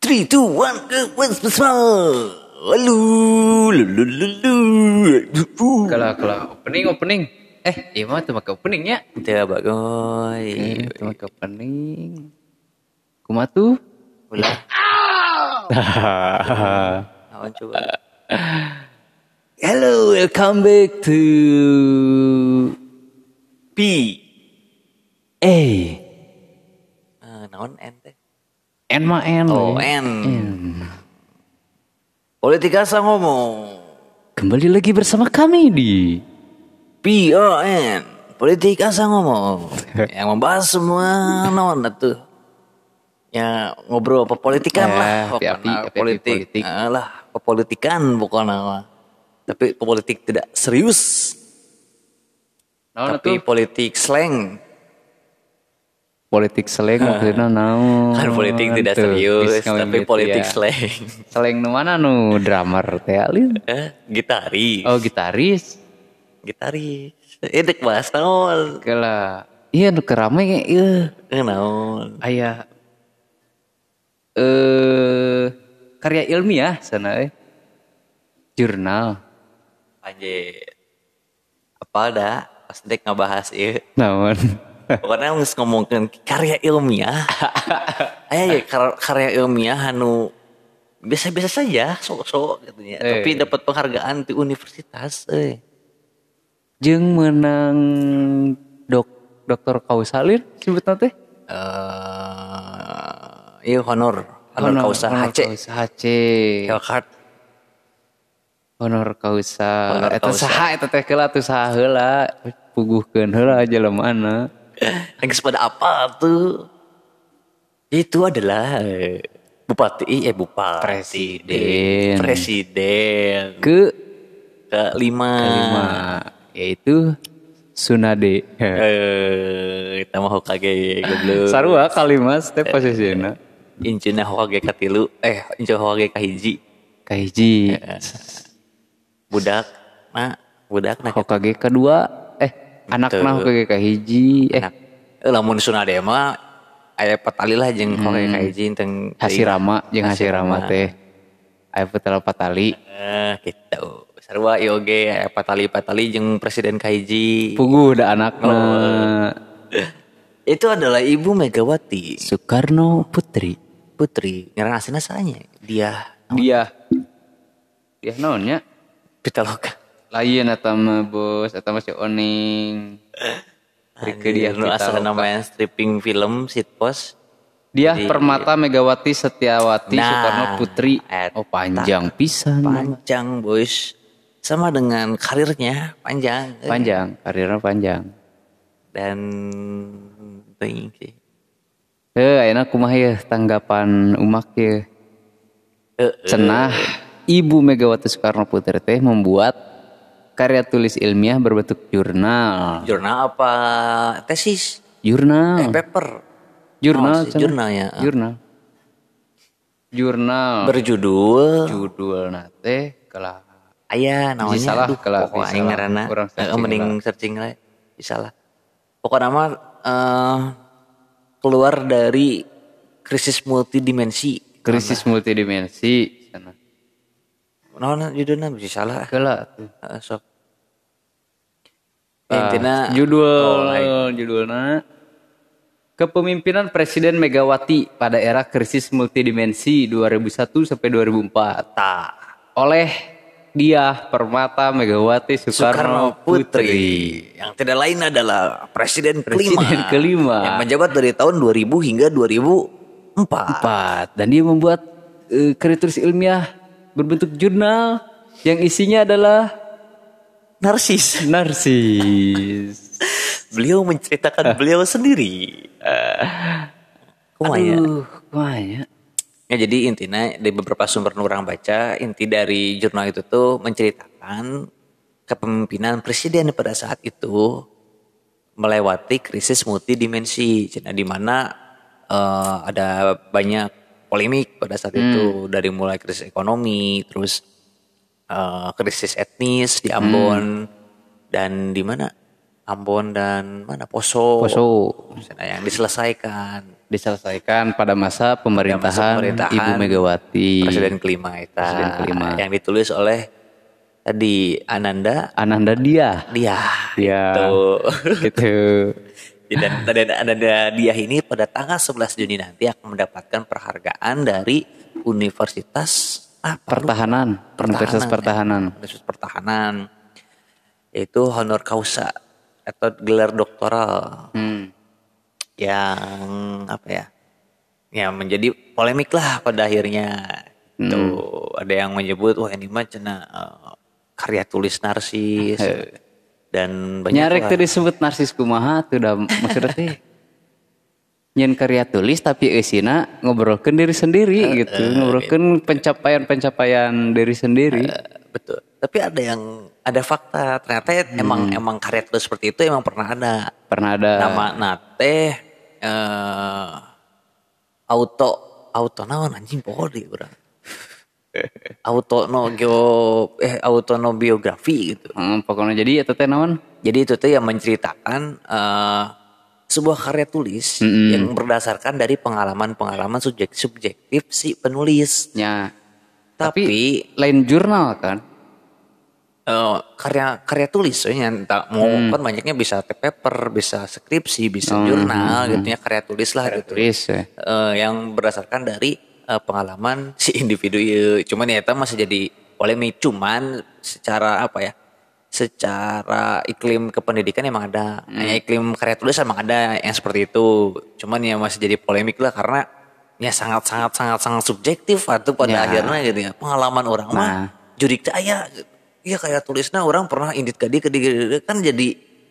3, 2, 1, go, what's the small? Kalau opening. Iya mah tuh make openingnya. Teu bagoy. Tuh make opening. Kumaha tuh? Ulah. Naon coba. Hello, welcome back to P. A. Naon N teh? N mah N. Oh, N. Politika asa ngomong. Kembali lagi bersama kami di PON. Politika asa ngomong. Yang membahas semua naon atuh. Ya ngobrol pepolitikan lah. Pokokna politik. Lah, pepolitikan pokokna mah. Tapi politik tidak serius. Tapi politik slang. Politik slang maksudnya naon? Kan politik tidak serius, tapi politik slang. Slang nu mana nu drummer teh alin? Gitaris. Oh, gitaris. Edek bahas naon? Kala. Iya nu kerame ieu. Naon? Aya karya ilmiah sana jurnal. Anjir. Apa dah? Pas dek ngabahas ieu. Naon? Pokoknya harus ngomongin karya ilmiah. Aya karya ilmiah anu biasa-biasa saja, sok-sok katanya. Tapi dapat penghargaan di universitas. Jeung menang doktor kausalin sebutna teh? Iya honor kausa HC. Helcard. Honor kausa. Eta saha eta teh keula atuh saha heula puguhkeun heula jelemana. Geus pada apa tuh? Itu adalah bupati. Presiden. Kelima yaitu Tsunade. Kita mah Hokage goblok. Sarua kalimas teh posisina. Inceuna Hokage katilu, inceuna Hokage kahiji. Budak na Hokage kedua, anakna Hokage kahiji. Lamun Tsunade mah aya patali lah jeung Hokage kahiji teng Hashirama jeung Hashirama teh. Aya patala patali. Gitu. Sarua ieu oge aya patali jeung presiden kahiji. Puguh da anakna. Itu adalah Ibu Megawati Soekarno Putri. Ngaran aslinya sahanya? Dia naonnya? Pitaloka. Lain eta mah bos, eta mah si Oning. Rike dia nu asalna main stripping film Sitpos. Dia Permata Megawati Setiawati Soekarno Putri. Oh panjang pisan. Panjang bos. Sama dengan karirnya panjang. Karirnya panjang. Dan teuing sih. Ayeuna kumaha ya tanggapan umak ya. Cenah Ibu Megawati Soekarno Putri teh membuat karya tulis ilmiah berbentuk jurnal. Jurnal apa? Tesis? Jurnal. Paper. Jurnal. Jurnalnya. Jurnal. Berjudul teh kelah. Aya namanya. Salah kelah. Pokoknya ngaranna. Mending searching lah. Bisalah. Pokoknya mah keluar dari krisis multidimensi. Sana. Naon judulna bisa salah. Kelah tuh. Sok. Intina judulna Kepemimpinan Presiden Megawati pada era krisis multidimensi 2001 sampai 2004. Oleh dia Permata Megawati Soekarno Putri. Yang tidak lain adalah Presiden kelima. Yang menjabat dari tahun 2000 hingga 2004. Dan dia membuat karya tulis ilmiah berbentuk jurnal yang isinya adalah narsis. Beliau menceritakan beliau sendiri. Kumanya. Ya jadi intinya di beberapa sumber orang baca, inti dari jurnal itu tuh menceritakan kepemimpinan presiden pada saat itu melewati krisis multidimensi, di mana ada banyak polemik pada saat itu, dari mulai krisis ekonomi, terus krisis etnis di Ambon dan di mana Ambon dan mana Poso yang diselesaikan diselesaikan pada masa pemerintahan Ibu Megawati presiden kelima yang ditulis oleh tadi Ananda Dia gitu. Dan Ananda Dia ini pada tanggal 11 Juni nanti akan mendapatkan penghargaan dari Universitas Universitas Pertahanan, yaitu honor causa atau gelar doktoral. Yang menjadi polemik lah pada akhirnya. Tuh ada yang menyebut wah ini mah cenah karya tulis narsis dan banyak nyarek teh disebut narsis kumaha tuh udah maksudnya teh nyen karya tulis tapi eusina ngobrolkeun diri sendiri gitu, ngobrolkeun pencapaian diri sendiri. Betul. Tapi ada fakta ternyata emang karya tulis seperti itu emang pernah ada. Nama nate auto naon anjing poho deui urang. Autobiografi gitu. Pokoknya jadi eta teh naon? Jadi itu teh yang menceritakan sebuah karya tulis yang berdasarkan dari pengalaman subjektif si penulisnya. Tapi lain jurnal kan? Karya tulis soalnya kan banyaknya bisa paper, bisa skripsi, bisa jurnal gitu ya, karya tulis lah gitu. Yang berdasarkan dari pengalaman si individu ya. Cuman ya itu masih jadi polemik, cuman secara secara iklim kependidikan emang ada. Iklim karya tulis emang ada yang seperti itu. Cuman ya masih jadi polemik lah karena ya sangat subjektif atau pada akhirnya gitu ya. Pengalaman orang mah jurik teh aya. Iya kayak tulisnya orang pernah indit ke dia kan jadi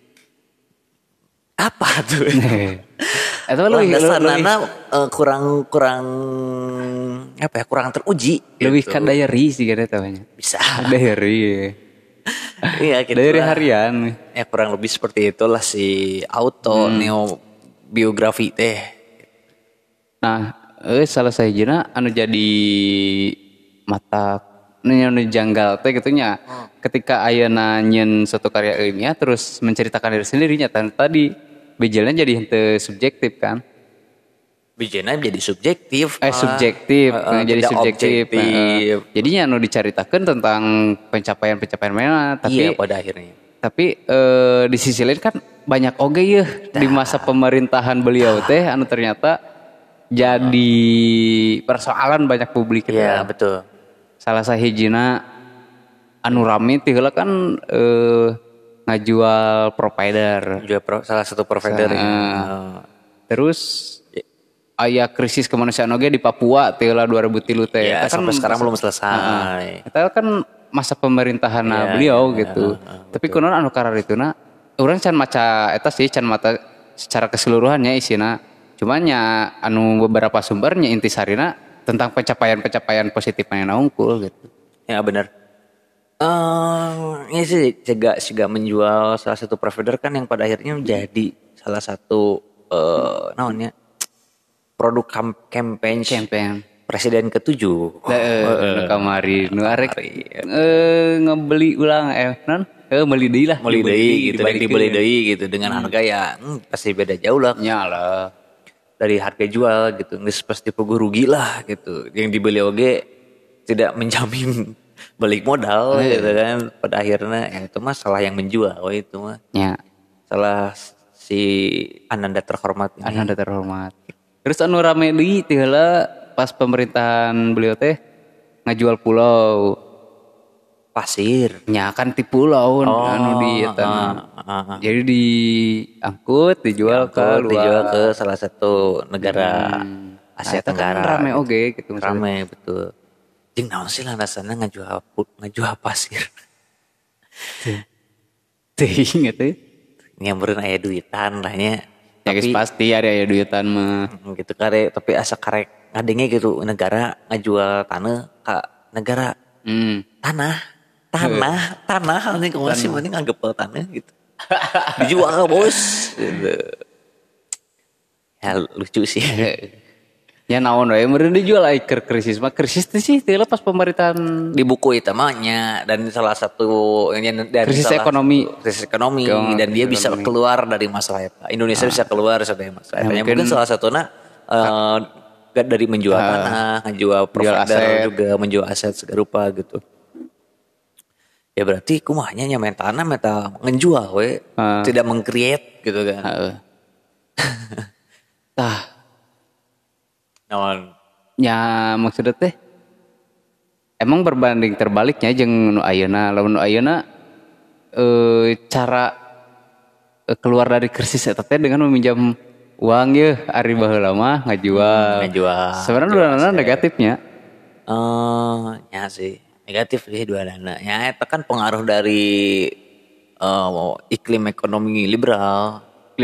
apa tuh? Itu kurang teruji. Lebih kan diary sih kata tawanya. Bisa. Diary. Iya gitu. Diary harian. Ya kurang lebih seperti itulah si biografi teh. Nah, salah sajina anu jadi mata anu janggal teh gitunya. Ketika ayeuna nyen suatu karya ilmiah terus menceritakan diri sendiri nyata tadi bejelnya jadi henteu subjektif kan. Bijena jadi subjektif. Jadi subjektif. Jadinya anu dicaritakeun tentang pencapaian mana tapi pada akhirnya. Tapi di sisi lain kan banyak oge ya di masa pemerintahan beliau teh anu ternyata jadi persoalan banyak publik gitu. Iya, betul. Salah sahijina anu rame teh heula kan ngajual provider. Salah satu provider. Terus aya krisis kemanusiaan oge di Papua teh heula 2003 teh. Ya, sampai sekarang belum selesai. Eta kan masa pemerintahan beliau gitu. Tapi kunaon anu kararituna urang can maca eta sih can mata secara keseluruhannya isina. Cuman nya anu beberapa sumbernya intisarina tentang pencapaian positif yang naungkul gitu. Ya benar. Ini sih juga menjual salah satu provider kan yang pada akhirnya menjadi salah satu produk campaign presiden ke-7. Kamari nu arek ngebeli ulang meuli deui lah. Meuli deui gitu, dibeli deui gitu dengan harga ya pasti beda jauh lah. Nyalah. Dari harga jual gitu, geus pasti puguh rugi lah gitu. Yang dibeli oge tidak menjamin balik modal gitu kan. Pada akhirnya ya itu mah salah yang menjual itu mah. Ya. Salah si Ananda terhormat ini. Ananda terhormat. Terus anu rame deui teh heula pas pemerintahan beliau teh ngajual pulau pasir. Nya kan ti pulau anu di eta. Jadi diangkut dijual ke salah satu negara Asia Tenggara. Kan rame oge gitu. Rame betul. Jeung naon sih landasanna ngajual pasir. Teuing eta. Nya meureun aya duitan lah nya. Ya guys pasti aya duitan mah. Gitu kare tapi asa karek ngadenge gitu negara ngajual tanah ka negara. Tanah ini kok masih mending anggap tanah gitu. Dijual bos. Gitu. Ya lucu sih. Ya naon we meureun dijual ai krisis mah krisis teh sih teh pas pemerintahan di buku itu nya dan salah satu dari krisis ekonomi dan dia bisa keluar dari masalah itu. Indonesia bisa keluar dari masalah itu. Mungkin salah satunya gak dari menjual tanah, menjual provider juga, menjual aset segala rupa gitu. Ya berarti kumahnya main tanah meta ngejual we, tidak meng-create gitu kan. Tah. Naon? Ya maksudnya teh emang berbanding terbaliknya jeung nu ayeuna. Lamun nu ayeuna cara keluar dari krisis eta teh dengan meminjam uang ya ari baheula mah ngajual. Sebenarnya dua negatifnya. Ya sih negatif sih dua dana. Ya itu kan pengaruh dari iklim ekonomi liberal.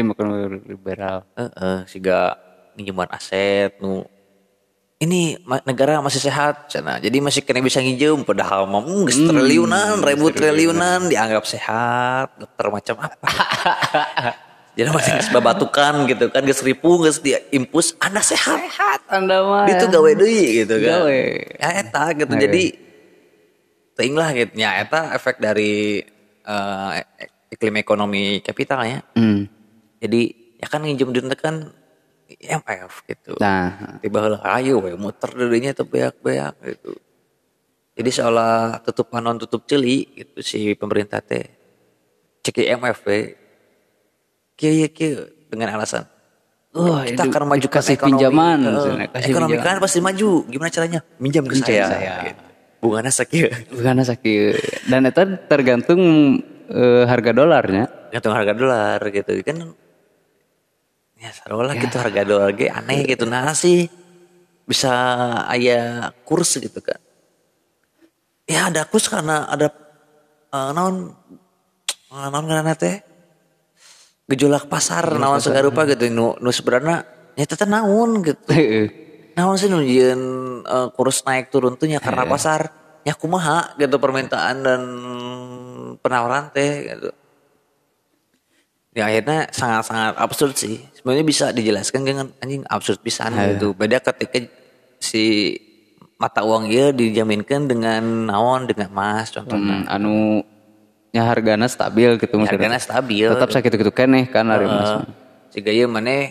Siga minjeman aset nu ini negara masih sehat cina. Jadi masih kena bisa nginjem padahal mah geus triliunan, ribu triliunan dianggap sehat, dokter macam apa. Jadi masih geus babatukan gitu kan, geus ripu, geus diimpus Anda sehat. Anda mah. Itu gawe deui gitu kan. Gawe. Ya eta gitu. Jadi teuing lah gitu nya eta efek dari iklim ekonomi kapital ya. Jadi ya kan nginjem duit kan IMF gitu. Nah, tiba heula ayo we muter deunya teh beak-beak gitu. Jadi seolah tutup panon tutup ceuli gitu si pemerintah teh. Cek IMF we. Kieu dengan alasan kita akan maju kasih pinjaman, ekonomi kalian pasti maju. Gimana caranya? Minjam ke saya. Gitu. Bungana sakieu. Dan itu tergantung harga dolarnya. Tergantung harga dolar gitu kan. Ya sarolah gitu harga dolar ge aneh gitu. Nah sih bisa aya kurs gitu kan. Ya ada kurs karena ada naon ngaranna teh gejolak pasar naon segala rupa gitu nu sebenarnya nyata teh naon gitu. Naon sih nu jieun kurs naik turun tuh nya karena pasar nya kumaha gitu permintaan dan penawaran teh gitu. Ya akhirnya sangat-sangat absurd sih. Sebenarnya bisa dijelaskan dengan anjing absurd pisan gitu. Beda ketika si mata uang ieu dijaminkan dengan naon dengan emas contohnya. Anu nya hargana stabil gitu maksudnya. Hargana stabil. Tetap sakitu-kitu keneh kan ari emas. Siga ieu maneh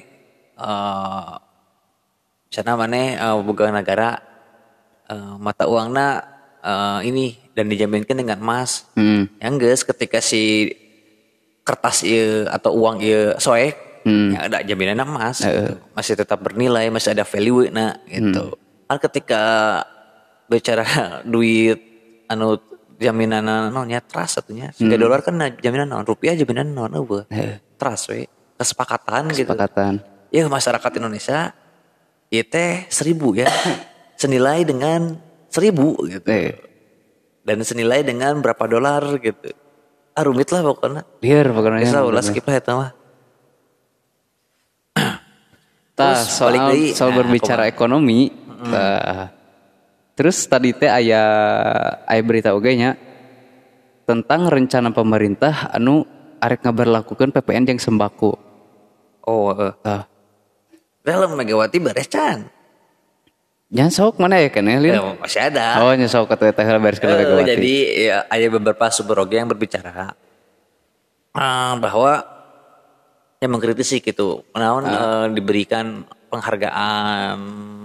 misalnya maneh boga negara mata uangna ini dan dijaminkan dengan emas. Yang geus ketika si kertas ieu atau uang ieu soek ya ada jaminan emas gitu. Masih tetap bernilai, masih ada value na gitu. Kan ketika bicara duit anu jaminan naonnya trust atunya. Siga dolar kan jaminan naon, rupiah jaminan naon eueuh. Trust we, kesepakatan gitu. Ya masyarakat Indonesia ieu teh 1.000 ya. Senilai dengan 1.000 gitu. Dan senilai dengan berapa dolar gitu. Rumit lah pokoknya. Liar pokoknya. Bisa ulah skip lah eta mah. Soal berbicara ekonomi. Terus tadi teh aya berita oge nya tentang rencana pemerintah anu arek ngaberlakukeun PPN yang sembako. Dalam Megawati beres can. Nya sok mana ya kan Lin? Masih ada. Nya sok atuh teh bereskeun Megawati. Jadi ya, ada beberapa sumber oge yang berbicara bahwa yang mengkritisi gitu, naon diberikan penghargaan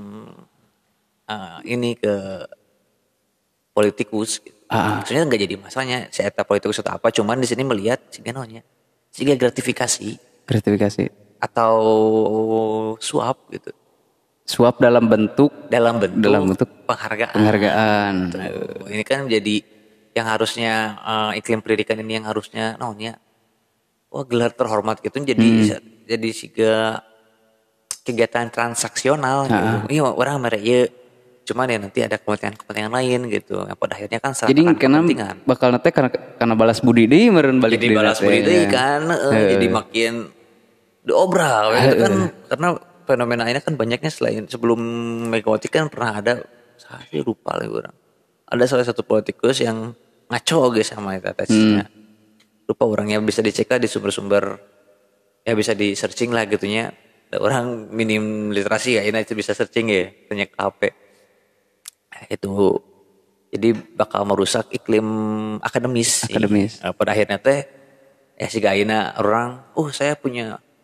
ini ke politikus. Gitu. Maksudnya nggak jadi masalahnya si eta politikus atau apa, cuman di sini melihat siga naonnya, siga gratifikasi atau suap gitu. Suap dalam bentuk penghargaan. Tuh. Ini kan jadi yang harusnya iklim pendidikan ini yang harusnya naonnya gelar terhormat gitu jadi siga kegiatan transaksional gitu. Iya orang mere ieu. Cuman ya nanti ada kepentingan lain gitu. Yang pada akhirnya kan jadi kepentingan. Bakal nanti karena balas budi deui meureun balik deui. Jadi balas budi deui kan jadi makin diobral gitu kan karena fenomena ini kan banyaknya selain sebelum Megawati kan pernah ada saya lupa lah orang. Ada salah satu politikus yang ngaco guys sama itu tesnya. Lupa orangnya bisa dicek lah di sumber-sumber ya bisa di searching lah gitunya. Orang minim literasi ya ini itu bisa searching ya tanya ke HP. Itu jadi bakal merusak iklim akademis. Pada akhirnya teh si gaina orang saya punya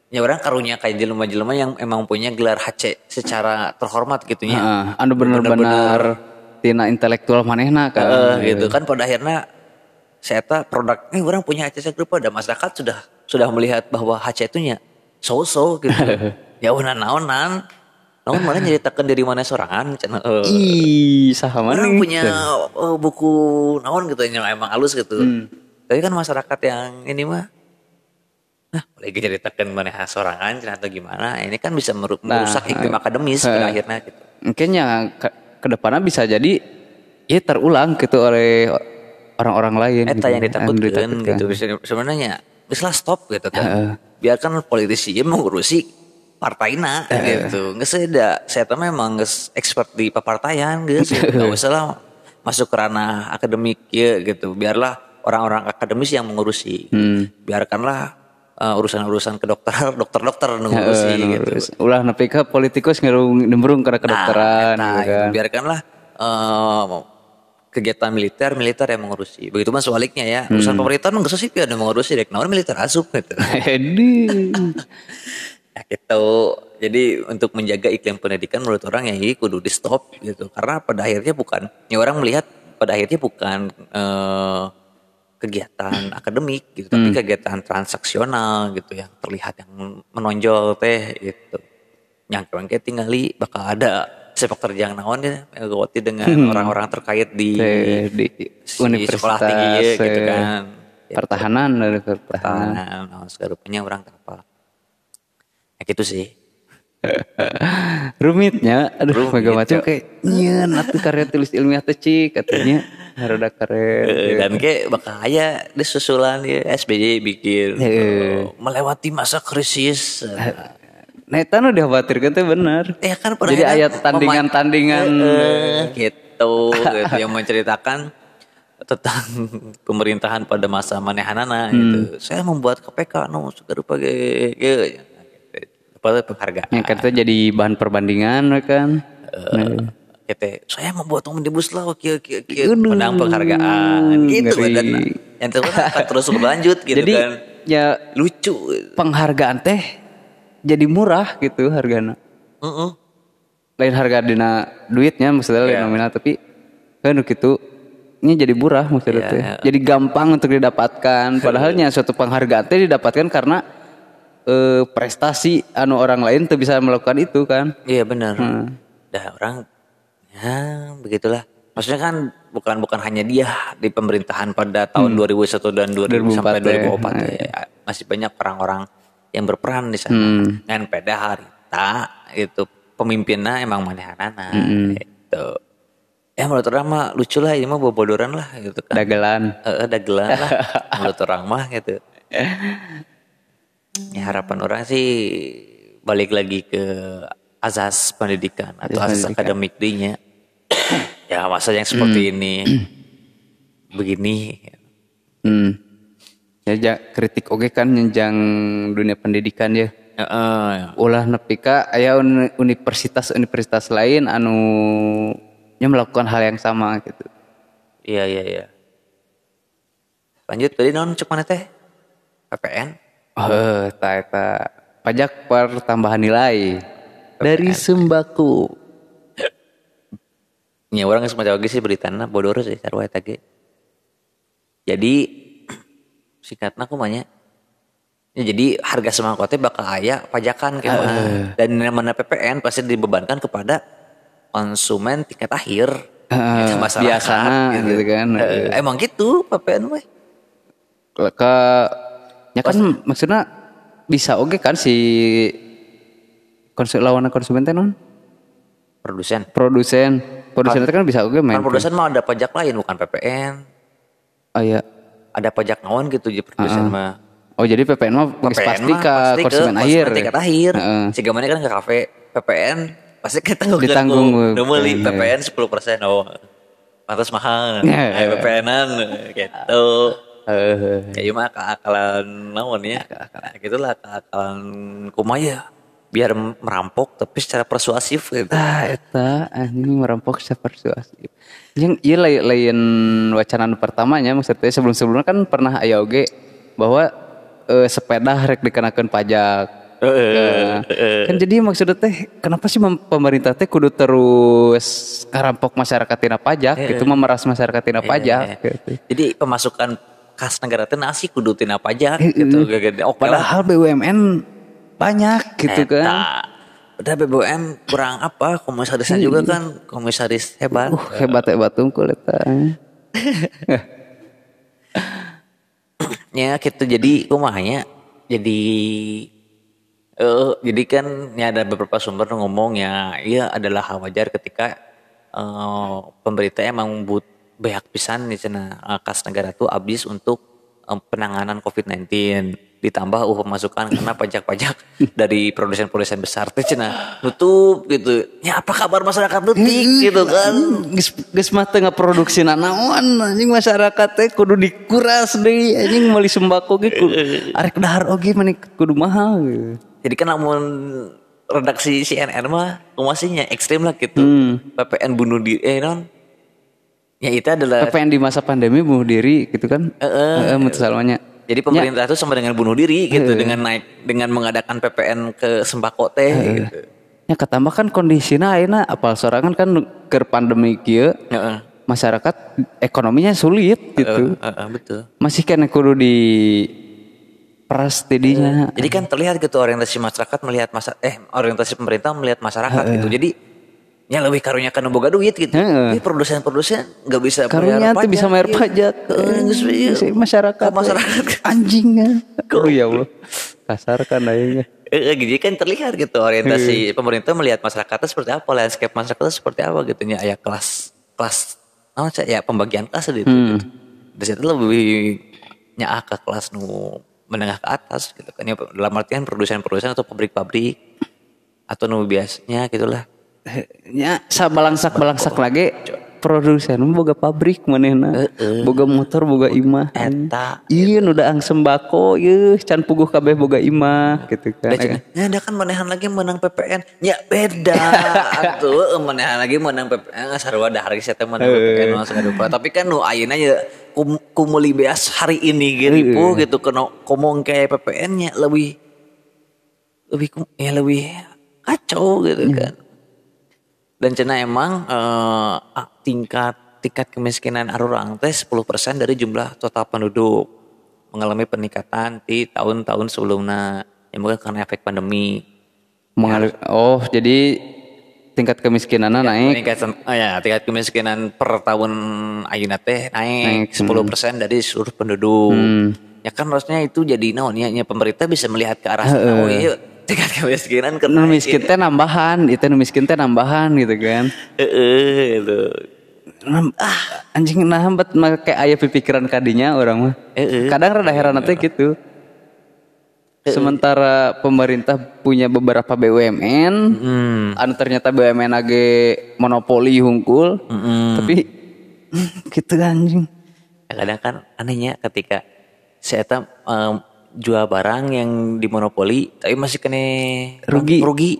Ya orang karunya kayak jelema-jelema yang emang punya gelar HC secara terhormat gitu nya. Anu bener-bener tina intelektual manehna kan. Gitu kan pada akhirnya saya produk orang punya HC segrupa dan masyarakat sudah melihat bahwa HC itu nya so-so gitu. Ya naonan mana nyeritakan dari mana sorangan cenah. Ih, saha Orang maneh. punya buku naon gitu yang emang halus gitu. Tapi kan masyarakat yang ini mah boleh ceritakan mana sorangan atau gimana. Ini kan bisa merusak iklim akademis pada akhirnya gitu. Mungkin yang ke depannya bisa jadi ya terulang gitu oleh orang-orang lain. Eta yang ditakutkan gitu. Sebenarnya bisa stop gitu kan. Biarkan politisi mengurusi partainya gitu. Nggak saya memang nggak expert di papartaian gitu. Nggak usah lah masuk ke ranah akademik ya gitu. Biarlah orang-orang akademis yang mengurusi. Biarkanlah urusan-urusan ke dokter ngurusi gitu. Ulah nepi ka politikus ngembrung ke kedokteran gitu kan. Biarkanlah kegiatan militer yang mengurusi. Begitu mah sebaliknya ya. Urusan pemerintah mah geus sipil yang mengurusi dek naon militer asup gitu. Ya gitu. Jadi untuk menjaga iklim pendidikan menurut orang ya kudu di stop gitu. Karena pada akhirnya orang melihat pada akhirnya bukan kegiatan akademik gitu, tapi kegiatan transaksional gitu yang terlihat yang menonjol teh gitu. Nyangke tingali bakal ada sepak terjang naon ya Megawati dengan orang-orang terkait di universitas sekolah tinggi ya, gitu kan. Pertahanan dari pertahanan. Nah, segarupnya orang kapal. Ya gitu sih. Rumitnya Megawati kayak nyeun atuh karya tulis ilmiah teh cik katanya harada keren dan kayak bakal aya susulan ya SBY bikin melewati masa krisis. Nah itu nu dikhawatirkan teh bener. Kan jadi ayat tandingan-tandingan gitu yang menceritakan tentang pemerintahan pada masa manehanana gitu. Saya membuat KPK segarupa ge dapat penghargaan. Yang kata jadi bahan perbandingan kan. Saya membuat omnibus law menang penghargaan gitu dan yang akan terus berlanjut gitu. Jadi, kan. Ya lucu. Penghargaan teh jadi murah gitu hargana. Lain harga dina duitnya maksudnya lain nominal tapi kan gitu ini jadi murah maksudnya teh. Jadi gampang untuk didapatkan padahalnya suatu penghargaan teh didapatkan karena prestasi orang lain tuh bisa melakukan itu kan. Iya benar. Dah orang ya begitulah. Maksudnya kan bukan hanya dia di pemerintahan pada tahun 2001 dan 2000 sampai 2004 ya. Masih banyak orang-orang yang berperan di sana. Dan pada harita itu pemimpinnya emang manehanana gitu. Ya menurut orang mah lucu lah ini mah bobodoran lah gitu kan. Dagelan lah menurut orang mah gitu. Ya harapan orang sih balik lagi ke asas pendidikan atau asas akademik dinya. Ya masa yang seperti ini begini. Ya kritik oke kan nyenjang dunia pendidikan ya. Ulah nepi ka aya universitas lain anu nya melakukan hal yang sama gitu. Iya. Lanjut tadi non cek mana teh? PPN? Eta pajak pertambahan nilai PPN. Dari sembako. Ya orang geus maca oge sih beritana bodoh sih sarua eta ge. Jadi singkatna kumanya ya, jadi harga sembako teh bakal aya pajakan dan mana PPN pasti dibebankan kepada konsumen tingkat akhir biasanya gitu kan. Emang gitu PPN mah. Ya kan maksudnya bisa oke kan si lawan konsumen teh non? Produsen itu kan bisa oke main. Kan produsen mah ada pajak lain bukan PPN. Oh iya. Ada pajak naon gitu di produsen mah. Oh jadi PPN mah pasti ke konsumen akhir. Tingkat akhir. Siga mana kan ke kafe PPN pasti ditanggung. Beli PPN 10%. Oh. Pantas mahal. PPN-an gitu. Kayak mah keakalan naon ya. Gitulah keakalan kumaya. Biar merampok tapi secara persuasif gitu. Eta ini merampok secara persuasif. Yang iya lain wacana pertamanya maksudnya sebelum-sebelumnya kan pernah aya oge bahwa sepeda rek dikenakeun pajak. Kan jadi maksudnya teh kenapa sih pemerintah teh kudu terus ngarampok masyarakat tina pajak gitu, memeras masyarakat tina pajak gitu. Jadi pemasukan kas negara teh nasi kudu tina pajak gitu. Oke lah. Padahal BUMN banyak gitu kan. Udah BBM kurang apa, komisarisnya juga kan komisaris hebat. Hebat unggul eta. Ya gitu, jadi kumahnya jadi kan ya ada beberapa sumber ngomong ya adalah hal wajar ketika pemerintah emang banyak pisan di sana kas negara tuh habis untuk penanganan COVID-19, ditambah pemasukan karena pajak-pajak dari produsen-produsen besar teh cenah nutup gitu. Ya apa kabar masyarakat nutik gitu kan. Geus mah teu ngaproduksi naon anjing masyarakat teh kudu dikuras deui anjing meuli sembako ge arek dahar oge mani kudu mahal gitu. Jadi kan namun redaksi CNN mah kumasinya ekstrim lah gitu. PPN bunuh diri ya itu adalah PPN di masa pandemi bunuh diri gitu kan. Mutu salmanya. Jadi pemerintah itu sama dengan bunuh diri gitu dengan mengadakan PPN ke sembako teh gitu. Ya ketambah kan kondisinya ayeuna apal sorangan kan keur pandemi kieu. Masyarakat ekonominya sulit gitu. Betul. Masih kena kudu di peras tidinya. Jadi kan terlihat gitu orientasi masyarakat melihat orientasi pemerintah melihat masyarakat gitu. Jadi ya lebih karunya kan boga duit gitu. Tapi produsen nggak bisa karunya tuh bisa bayar pajak. Masyarakat anjingnya. Ya Allah. Kasar kan ayeuna. Jadi kan terlihat gitu orientasi pemerintah melihat masyarakatnya seperti apa, landscape masyarakatnya seperti apa gitu nya aya kelas ya pembagian kelas gitu. Di situ lebih nyaah ke kelas menengah ke atas gitu kan ya, dalam artian produsen-produsen atau pabrik-pabrik atau biasanya gitulah. Nya sabalangsak lagi produsen boga pabrik manehna boga motor boga imah eta ieu nu daang sembako ieu can puguh kabeh boga imah gitu kan ya ada kan manehan lagi menang PPN nya beda atuh manehan lagi menang PPN sarua dahar geus eta menang PPN langsung aduh tapi kan nu ayeuna ya kumuli beas hari ini geripu gitu kena ngomong kayak PPN nya lebih kacau gitu kan. Dan cenah emang tingkat kemiskinan arurang teh 10% dari jumlah total penduduk mengalami peningkatan di tahun-tahun sebelumnya yang mungkin karena efek pandemi. Jadi tingkat kemiskinannya naik. Tingkat kemiskinan per tahun ayeuna teh naik 10% dari seluruh penduduk. Ya kan harusnya itu jadi naon ya pemerintah bisa melihat ke arah sana. Tingkat kemiskinan karena miskin teh nambahan, itu miskin teh nambahan gitu kan. Itu. Anjing hambat make aya pikiran kadinya orang mah. Kadang rada heran teh gitu. Sementara pemerintah punya beberapa BUMN, anu ternyata BUMN age monopoli hungkul, tapi gitu anjing. Kadang kan anehnya ketika saya jual barang yang dimonopoli tapi masih kena rugi.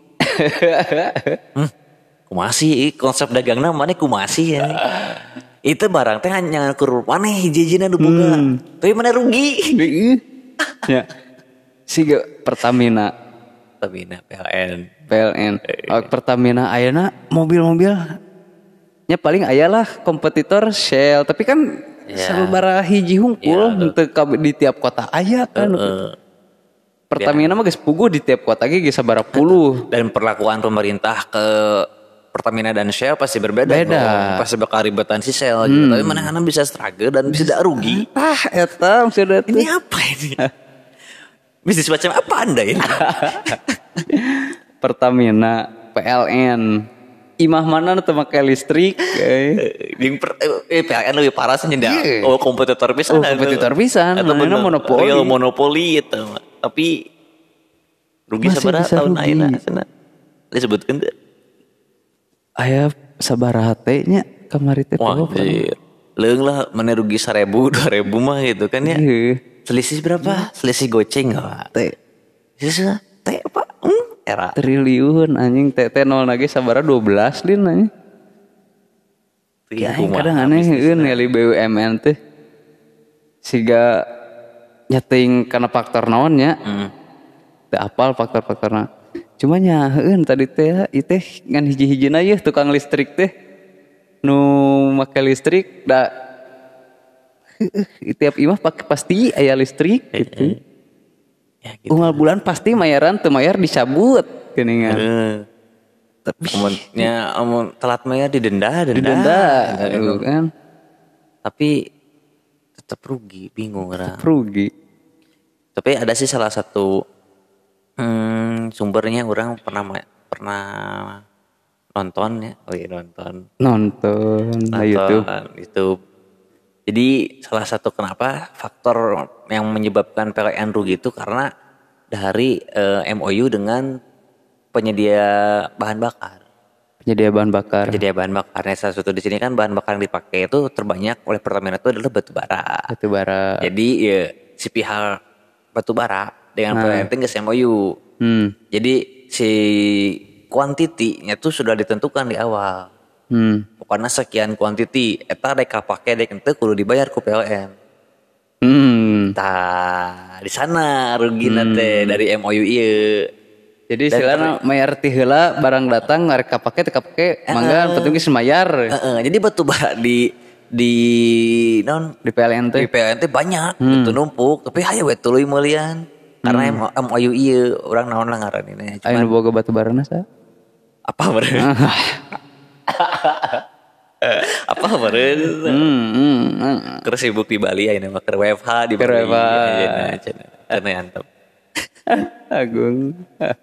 Kumasi konsep dagangna mana kumasi ya. Itu barang teh hanya kur maneh hiji-hijina duboga. Tapi mana rugi. Ya. Siga Pertamina PLN. Pertamina ayeuna mobil-mobil nya paling ayalah kompetitor Shell, tapi kan sababaraha hiji hungkul teu di tiap kota aya kan. Pertamina mah geus puguh di tiap kota ge geus sabaraha puluh. Dan perlakuan pemerintah ke Pertamina dan Shell pasti berbeda. Pasti bakal ribetan si Shell gitu. Tapi mana bisa struggle dan bisa rugi. Eta maksudnya ini apa ini? Bisnis macam apa Anda ini? Pertamina, PLN, imah mana nu teu make listrik? PLN lebih parah sih nyenda. Kompetitor pisan. Kompetitor pisan. Mana monopoli. Real monopoli itu. Tapi rugi sabaraha tahun ayeuna cenah. Disebutkeun teu? Aya sabaraha teh nya kamari teh. Wah, leung lah mana rugi 1.000 2.000 mah gitu kan ya. Selisih berapa? Selisih goceng enggak? Selisih teh apa? Era triliun anjing teh nol lagi sabaraha 12 lin anjing. Ya kadang aneh ngali BUMN teh siga nyating karena faktor naonnya. Teu apal faktor-faktorna. Cuma nya heueun tadi teh ieu teh ngan hiji-hijina yeuh tukang listrik teh nu make listrik da tiap imah pasti aya listrik gitu. Ya gitu. Unggal bulan pasti mayaran teu mayar dicabut geuningan. Tapi amun telat bayar didenda Gitu kan. Tapi tetap rugi, bingung orang. Rugi. Tapi ada sih salah satu sumbernya orang pernah nonton ya. Oh iya Nonton di YouTube. Jadi salah satu kenapa faktor yang menyebabkan PLN rugi itu karena dari MOU dengan penyedia bahan bakar. Penyedia bahan bakar. Nah, salah satu di sini kan bahan bakar yang dipakai itu terbanyak oleh Pertamina itu adalah batu bara. Jadi ya si pihak batu bara dengan PLN geus MOU. Jadi si kuantitinya tuh sudah ditentukan di awal. Pokoknya sekian kuantiti eta rek kapake dek teu kudu dibayar ku PLN. Tah di sana rugina teh dari MOU ieu. Jadi silana mayar ti heula barang datang ngarek kapake teu kapake mangga penting geus mayar. Jadi batu bara di PLN teh banyak itu numpuk tapi hayu we tuluy meulian karena MOU ieu urang naon lah ngaranina aya nu boga batu barana sa apa meureun apa meureun keur sibuk di Bali ayeuna mah keur WFH di Bali cenah antep agung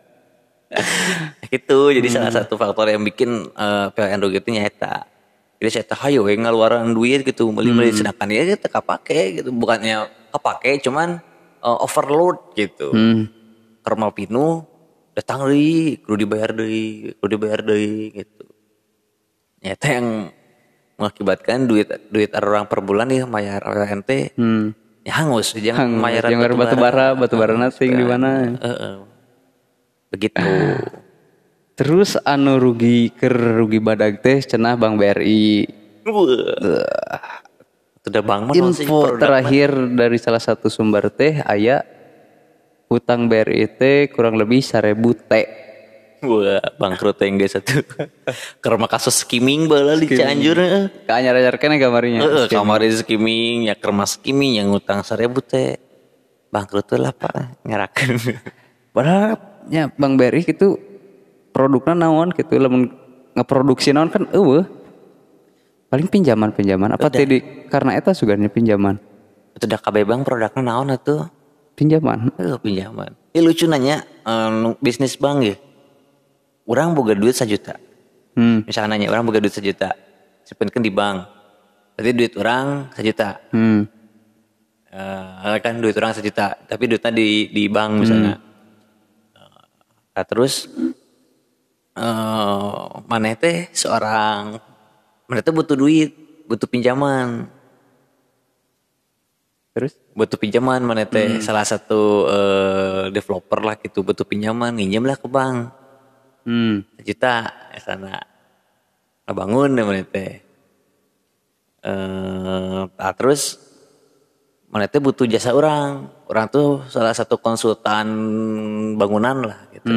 gitu. Jadi salah satu faktor yang bikin PLN rugi itu nyata. Jadi saya tahu hayo ngaluaran duit gitu beli sedangkan ya kita kepake gitu, bukannya kepake cuman overload gitu. Karena pinu datang deui kudu dibayar deui gitu. Nyata yang mengakibatkan duit orang per bulan ya bayar PLN teh ya hangus jangan mayaran batu bara nating di mana. Begitu. Terus anu rugi badag teh cenah Bank BRI. Sudah Bang info terakhir dari salah satu sumber teh aya hutang BRI teh kurang lebih 1000 T. Wah, bangkrut yang geus satu. Karena kasus skimming baheula di Cianjur. Ka anyar-anyar keneh gamarinya. Kamari skimming, ya kermas skimming yang utang 1000 teh. Bangkrut lah Pak, ngarakeun. Padahal nya Bank BRI gitu produknya naon gitu lamun ngeproduksi naon kan paling pinjaman apa teh karena eta suganya pinjaman itu dah kabeh bank produknya naon atuh pinjaman lucu nanya bisnis bank ya urang boga duit 1 juta misalnya nanya urang boga duit 1 juta simpenkeun di bank berarti duit urang 1 juta kan duit urang 1 juta tapi duitnya di bank misalnya. Nah, terus maneh teh maneh teh butuh duit, butuh pinjaman. Terus butuh pinjaman maneh teh salah satu developer lah gitu butuh pinjaman, nginjem lah ke bank. 1 juta sana. Bangun deh maneh teh. Terus maneh teh butuh jasa orang tuh salah satu konsultan bangunan lah gitu.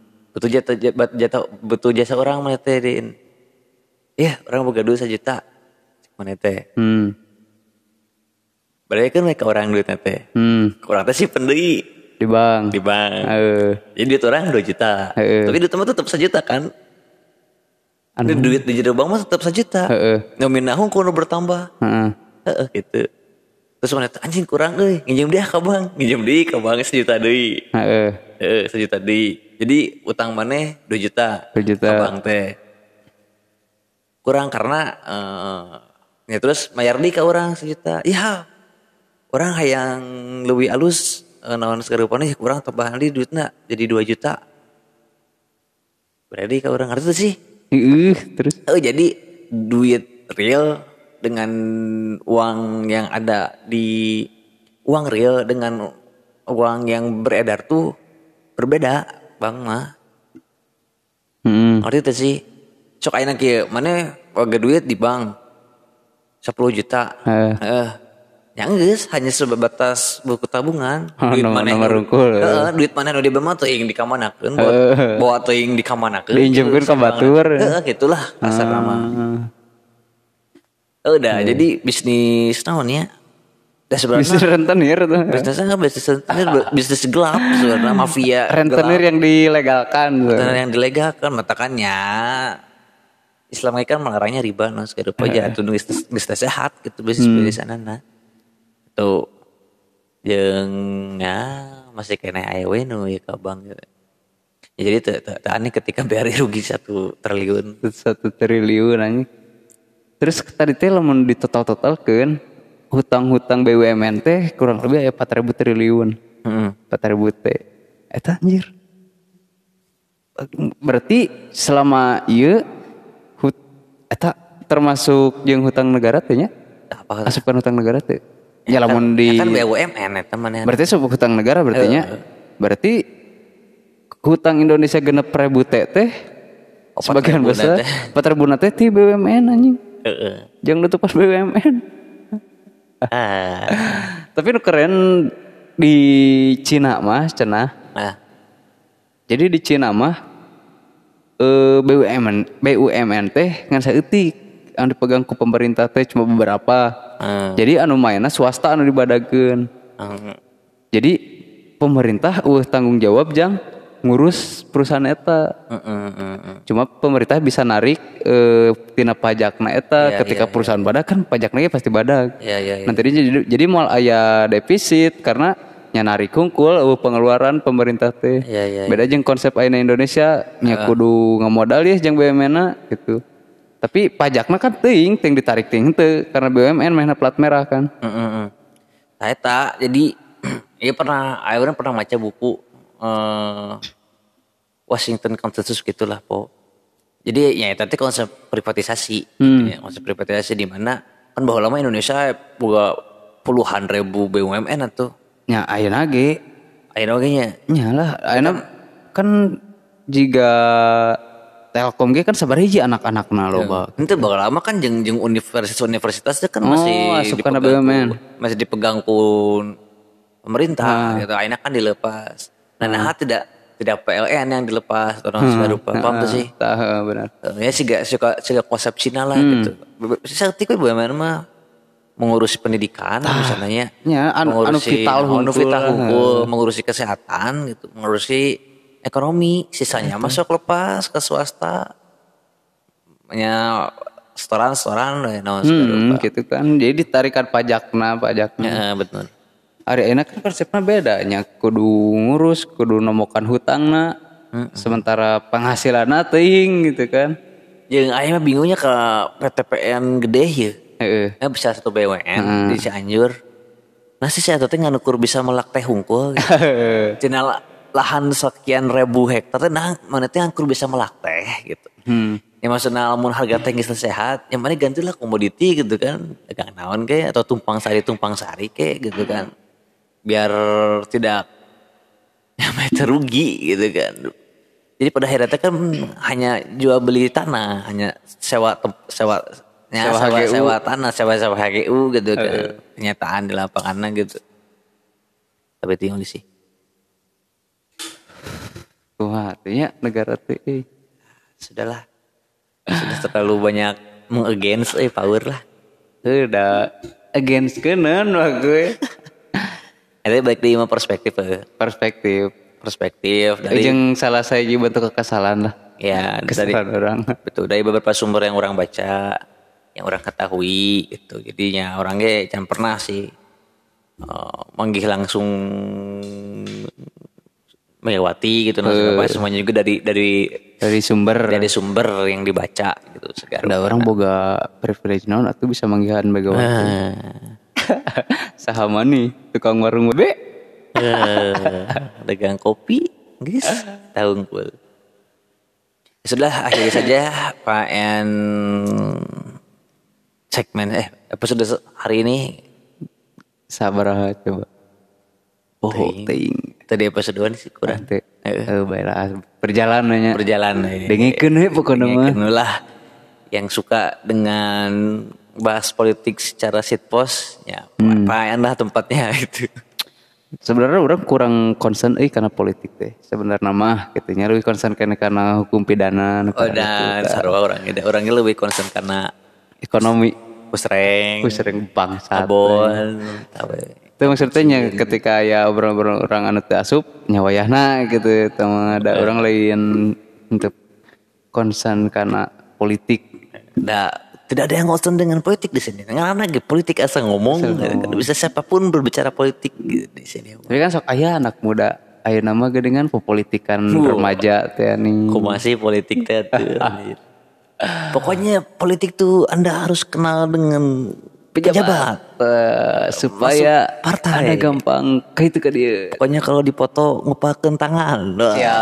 Butuh jasa orang maneh teh din. Ya, orang boga duit 1 juta. Maneh teh. Berarti kan mereka orang duitnya teh. Orang teh simpen deui di bank. Jadi duit orang 2 juta. Tapi duit mah tetap 1 juta kan. Duit di jero bank mah tetap 1 juta. Nominal kudu bertambah. Gitu. Terus mana anjing kurang nginjem dia ke bank 1 juta deui. 1 juta deui. Jadi utang maneh 2 juta. Ke bank teh. Kurang karena ya terus mayar deui ka urang 1 juta. Ya. Urang hayang leuwih alus naon sagarupana urang tambahan deui duitna jadi 2 juta. Berarti ka urang ngarti sih. Terus jadi duit real dengan uang yang ada di uang real dengan uang yang beredar tuh berbeda bang mah. Ngerti tuh sih. Cok ayeuna kieu maneh boga duit di bank 10 juta. Ya geus hanya sebatas buku tabungan. Duit mana ngarungkul. Duit mana nu dibema teuing dikamanakeun bawa teuing dikamanakeun. Diinjemkeun ka batur. Gitulah kasar nama. Udah jadi bisnis naon ya? Bisnis rentenir tuh. Bisnisnya nggak bisnis rentenir, bisnis gelap sebenarnya mafia. Rentenir yang dilegalkan. Rentenir yang dilegalkan, matakannya Islam kan melarangnya riba, no segala rupa aja. Itu bisnis sehat, gitu bisnis sana. Tuh, jeung masih kena ayewe nu ya kabang. Ya, jadi aneh ketika BRI rugi 1 triliun. 1 triliun anjing. Terus tadi teh lamun ditotal-totalkeun hutang-hutang BUMN teh kurang lebih aya 4.000 triliun. 4.000 teh. Eta anjir. Berarti selama ieu eta termasuk jeung hutang negara teh nya? Asupan hutang negara teh. Ya lamun di kan BUMN eta mah. Berarti sebut hutang negara berarti nya. Berarti hutang Indonesia 6.000 teh sebagian besar 4.000 teh ti BUMN anjing. Jangan nutup pas BUMN. Tapi nu keren di Cina mah cenah. Jadi di Cina mah BUMN teh ngan saeutik anu dipegang ku pemerintah teh cuma beberapa. Jadi anu maena swasta anu dibadageun. Jadi pemerintah tanggung jawab jang ngurus perusahaan eta. Cuma pemerintah bisa narik tina pajakna eta ketika perusahaan badag kan pajakna pasti badag. Nanti jadi moal aya defisit karena nya narik hungkul pengeluaran pemerintah teh. Beda jeung konsep ayeuna Indonesia nya kudu ngamodal ya jeung BUMN-na gitu. Tapi pajakna kan teuing ditarik teuing henteu karena BUMN mehna plat merah kan. Eta jadi ieu ayeuna pernah maca buku Washington Consensus gitulah po. Jadi ya tadi konsep privatisasi, konsep privatisasi di mana kan bahwa lama Indonesia boga puluhan ribu BUMN atuh. Ya ayeuna ge nya. Nyalah ayeuna kan jika Telkom ge kan sabaraha anak-anakna loba. Henteu bae lama kan jeung universitas kan masih asup kana BUMN. Masih dipegang ku pemerintah gitu. Ayeuna kan dilepas. Nah, tidak PLN yang dilepas atau serupa paham tuh sih. Benar. Ya siga konsep Cina lah gitu. Sakti ku BUMN mah mengurusi pendidikan misalnya. Ya, anu vital hukum, mengurusi kesehatan gitu, mengurusi ekonomi, sisanya masuk lepas ke swasta. Ya restoran gitu kan. Jadi ditarikan pajakna. Ya, betul. Ari ayeuna kan konsepna beda nya kudu ngurus, kudu nomokan hutangna. Sementara penghasilanna teuing gitu kan. Jeung ayeuna bingungnya ke PTPN gede ya. Bisa 1 BUMN di Cianjur. Nah si saya teh nganukur bisa melak teh hungkul. Gitu. Cina lahan sekian ribu hektar teh nah mana teh nganukur bisa melak teh gitu. Ya maksudna lamun harga teh geus sehat, yang mana gantilah komoditi gitu kan. Dagang naon ke atau tumpang sari ke gitu kan. Biar tidak terugi gitu kan. Jadi pada akhirnya kan hanya jual beli tanah, hanya sewa tanah, sewa HGU gitu kan. Kenyataan di lapangan gitu. Tapi tinggal di sih. Wah, artinya negara teh sudahlah. Sudah terlalu banyak meng-against power lah. Udah against kenan wah gue. Itu balik di perspektif dari jeung salah saya juga bentuk kekesalan lah. Ya, kesalahan orang. Betul, dari beberapa sumber yang orang baca, yang orang ketahui gitu. Jadinya orangnya jangan pernah sih manggih langsung Megawati gitu semuanya juga dari sumber yang dibaca gitu segala. Ada orang boga privilege naon atuh bisa manggihan Megawati. Sahama nih tukang warung be dagang kopi guys tahun pul. Sudah akhiri saja segmen episode hari ini. Sabar coba. Ting. Tadi episode 2 sih kurang. Baiklah berjalan. Dengikeun we pokona mah. Yang suka dengan bahas politik secara shitpost ya apa dah tempatnya itu. Sebenarnya orang kurang concern karena politik teh. Sebenarnya mah gitu nya lebih concern karena hukum pidana Oh dan sarua orangnya lebih concern karena ekonomi sering bangsa. abon. Itu maksudnya ketika ya orang anu teu asup nyawayahna gitu sama ada orang lain untuk concern karena politik. Tidak ada yang concern dengan politik di sini. Karena politik asal ngomong. Bisa siapapun berbicara politik gitu di sini. Tapi kan sok aya anak muda aya nama gedengan politikan remaja teh nih. Masih politik teh Pokoknya politik tuh Anda harus kenal dengan pejabat supaya partai Anda gampang kayak itu ke dia. Pokoknya kalau dipoto ngupakeun tangan. Ya.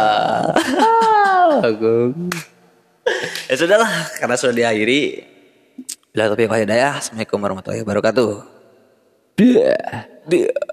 Agung. Ya sudahlah, karena sudah diakhiri. Bila topik hidayah. Assalamualaikum warahmatullahi wabarakatuh. Dia.